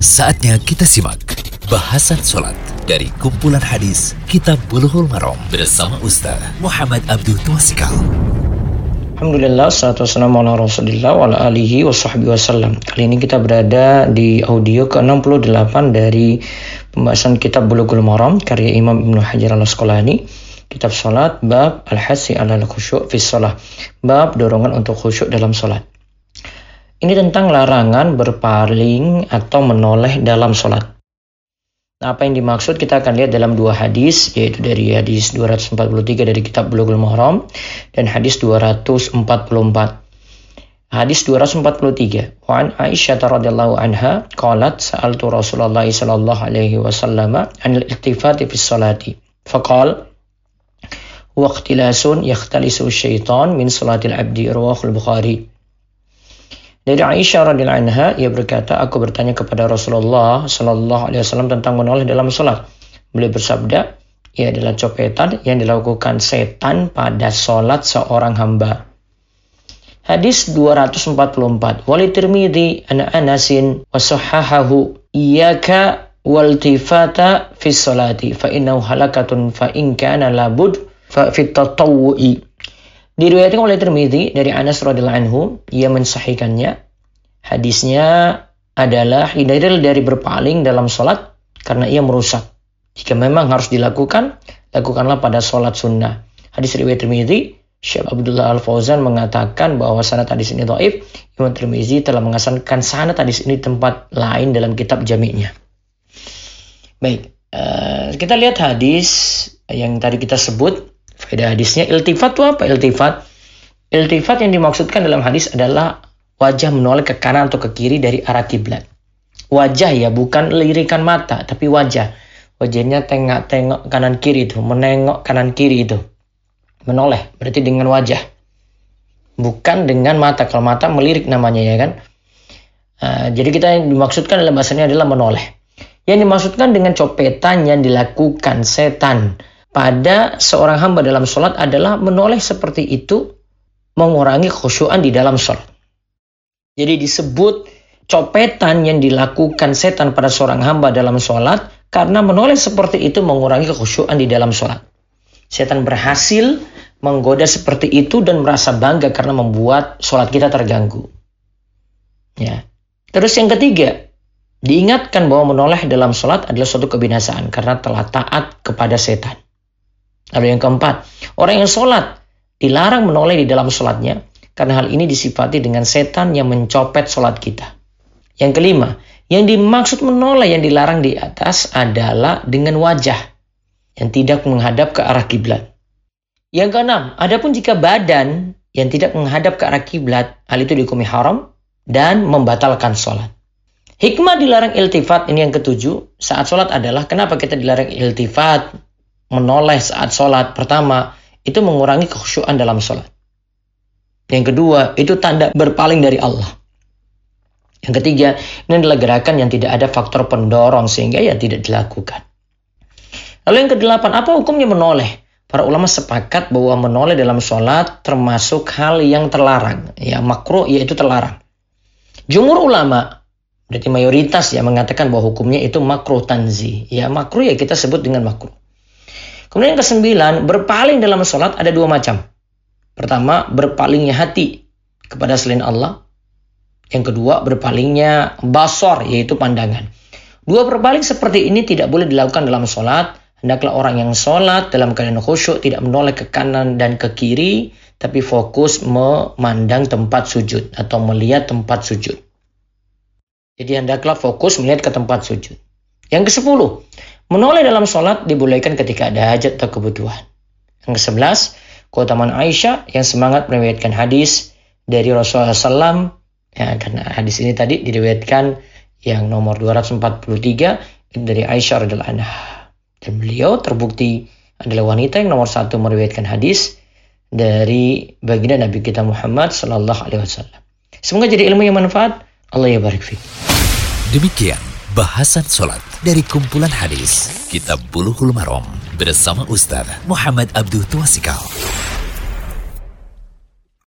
Saatnya kita simak bahasan sholat dari kumpulan hadis Kitab Bulughul Maram bersama Ustaz Muhammad Abdul Twasikal. Alhamdulillah, salatu wassalamu ala rasulillah wa ala alihi wa sahbihi wasallam. Kali ini kita berada di audio ke-68 dari pembahasan kitab Bulughul Maram karya Imam Ibnu Hajar al-Asqalani. Kitab salat, bab al-hasi ala al-khusyuk fi shalah, bab dorongan untuk khusyuk dalam salat. Ini tentang larangan berpaling atau menoleh dalam salat. Nah, apa yang dimaksud kita akan lihat dalam dua hadis, yaitu dari hadis 243 dari kitab Bulughul Maram dan hadis 244. Hadis 243. Wa an Aisyah radhiyallahu anha qalat sa'altu Rasulullah sallallahu alaihi wasallam 'anil iltifati fi sholati. Faqala wa ikhtilasun yakhtalisu syaitan min salatil abdi, rawahul Bukhari. Dari Aisyah radhiyallahu anha, ia berkata, aku bertanya kepada Rasulullah sallallahu alaihi wasallam tentang menoleh dalam salat. Beliau bersabda, ia adalah copetan yang dilakukan setan pada salat seorang hamba. Hadis 244. Wali Tirmidzi an Anasin wa sahahahu iyyaka waltifata fi sholati fa innahu halakatun fa in kana labud fa fit tatawwu'i. Diriwayatkan oleh Tirmidzi dari Anas radhiyallahu anhu, ia mensahihkannya. Hadisnya adalah hindari dari berpaling dalam salat karena ia merusak. Jika memang harus dilakukan, lakukanlah pada salat sunnah. Hadis riwayat Tirmidzi. Syekh Abdullah Al-Fauzan mengatakan bahwa sanad hadis ini dhaif. Imam Tirmidzi telah mengasankan sanad hadis ini tempat lain dalam kitab jami'nya. Baik, kita lihat hadis yang tadi kita sebut. Faedah hadisnya, iltifat itu apa? Iltifat yang dimaksudkan dalam hadis adalah wajah menoleh ke kanan atau ke kiri dari arah kiblat. Wajah ya, bukan lirikan mata, tapi wajah. Wajahnya tengok kanan kiri itu, menengok kanan kiri itu. Menoleh, berarti dengan wajah. Bukan dengan mata. Kalau mata melirik namanya ya kan. Jadi kita yang dimaksudkan dalam bahasanya adalah menoleh. Yang dimaksudkan dengan copetan yang dilakukan setan pada seorang hamba dalam sholat adalah menoleh seperti itu mengurangi khusyuan di dalam sholat. Jadi disebut copetan yang dilakukan setan pada seorang hamba dalam sholat karena menoleh seperti itu mengurangi khusyuan di dalam sholat. Setan berhasil menggoda seperti itu dan merasa bangga karena membuat sholat kita terganggu. Ya. Terus yang ketiga, diingatkan bahwa menoleh dalam sholat adalah suatu kebinasaan karena telah taat kepada setan. Lalu yang keempat, orang yang sholat dilarang menoleh di dalam sholatnya karena hal ini disifati dengan setan yang mencopet sholat kita. Yang kelima, yang dimaksud menoleh yang dilarang di atas adalah dengan wajah yang tidak menghadap ke arah kiblat. Yang keenam, adapun jika badan yang tidak menghadap ke arah kiblat, hal itu dihukumi haram dan membatalkan sholat. Hikmah dilarang iltifat ini yang ketujuh saat sholat adalah kenapa kita dilarang iltifat? Menoleh saat sholat. Pertama, itu mengurangi kekhusyuan dalam sholat. Yang kedua, itu tanda berpaling dari Allah. Yang ketiga, ini adalah gerakan yang tidak ada faktor pendorong sehingga ya tidak dilakukan. Lalu yang kedelapan, apa hukumnya menoleh? Para ulama sepakat bahwa menoleh dalam sholat termasuk hal yang terlarang. Ya, makruh yaitu terlarang. Jumhur ulama, berarti mayoritas ya mengatakan bahwa hukumnya itu makruh tanzih. Ya, makruh ya kita sebut dengan makruh. Kemudian yang kesembilan, berpaling dalam sholat ada dua macam. Pertama, berpalingnya hati kepada selain Allah. Yang kedua, berpalingnya basar, yaitu pandangan. Dua berpaling seperti ini tidak boleh dilakukan dalam sholat. Hendaklah orang yang sholat dalam keadaan khusyuk tidak menoleh ke kanan dan ke kiri, tapi fokus memandang tempat sujud atau melihat tempat sujud. Jadi hendaklah fokus melihat ke tempat sujud. Yang ke-10, menoleh dalam sholat dibolehkan ketika ada hajat atau kebutuhan. Yang ke-11, keutamaan Aisyah yang semangat meriwayatkan hadis dari Rasulullah SAW. Ya, karena hadis ini tadi diriwayatkan yang nomor 243 dari Aisyah radhiyallahu anha. Dan beliau terbukti adalah wanita yang nomor 1 meriwayatkan hadis dari baginda Nabi kita Muhammad sallallahu alaihi wasallam. Semoga jadi ilmu yang manfaat. Allah ya barik fiik. Demikian bahasan sholat dari kumpulan hadis Kitab Bulughul Maram bersama Ustaz Muhammad Abdul Twasikal.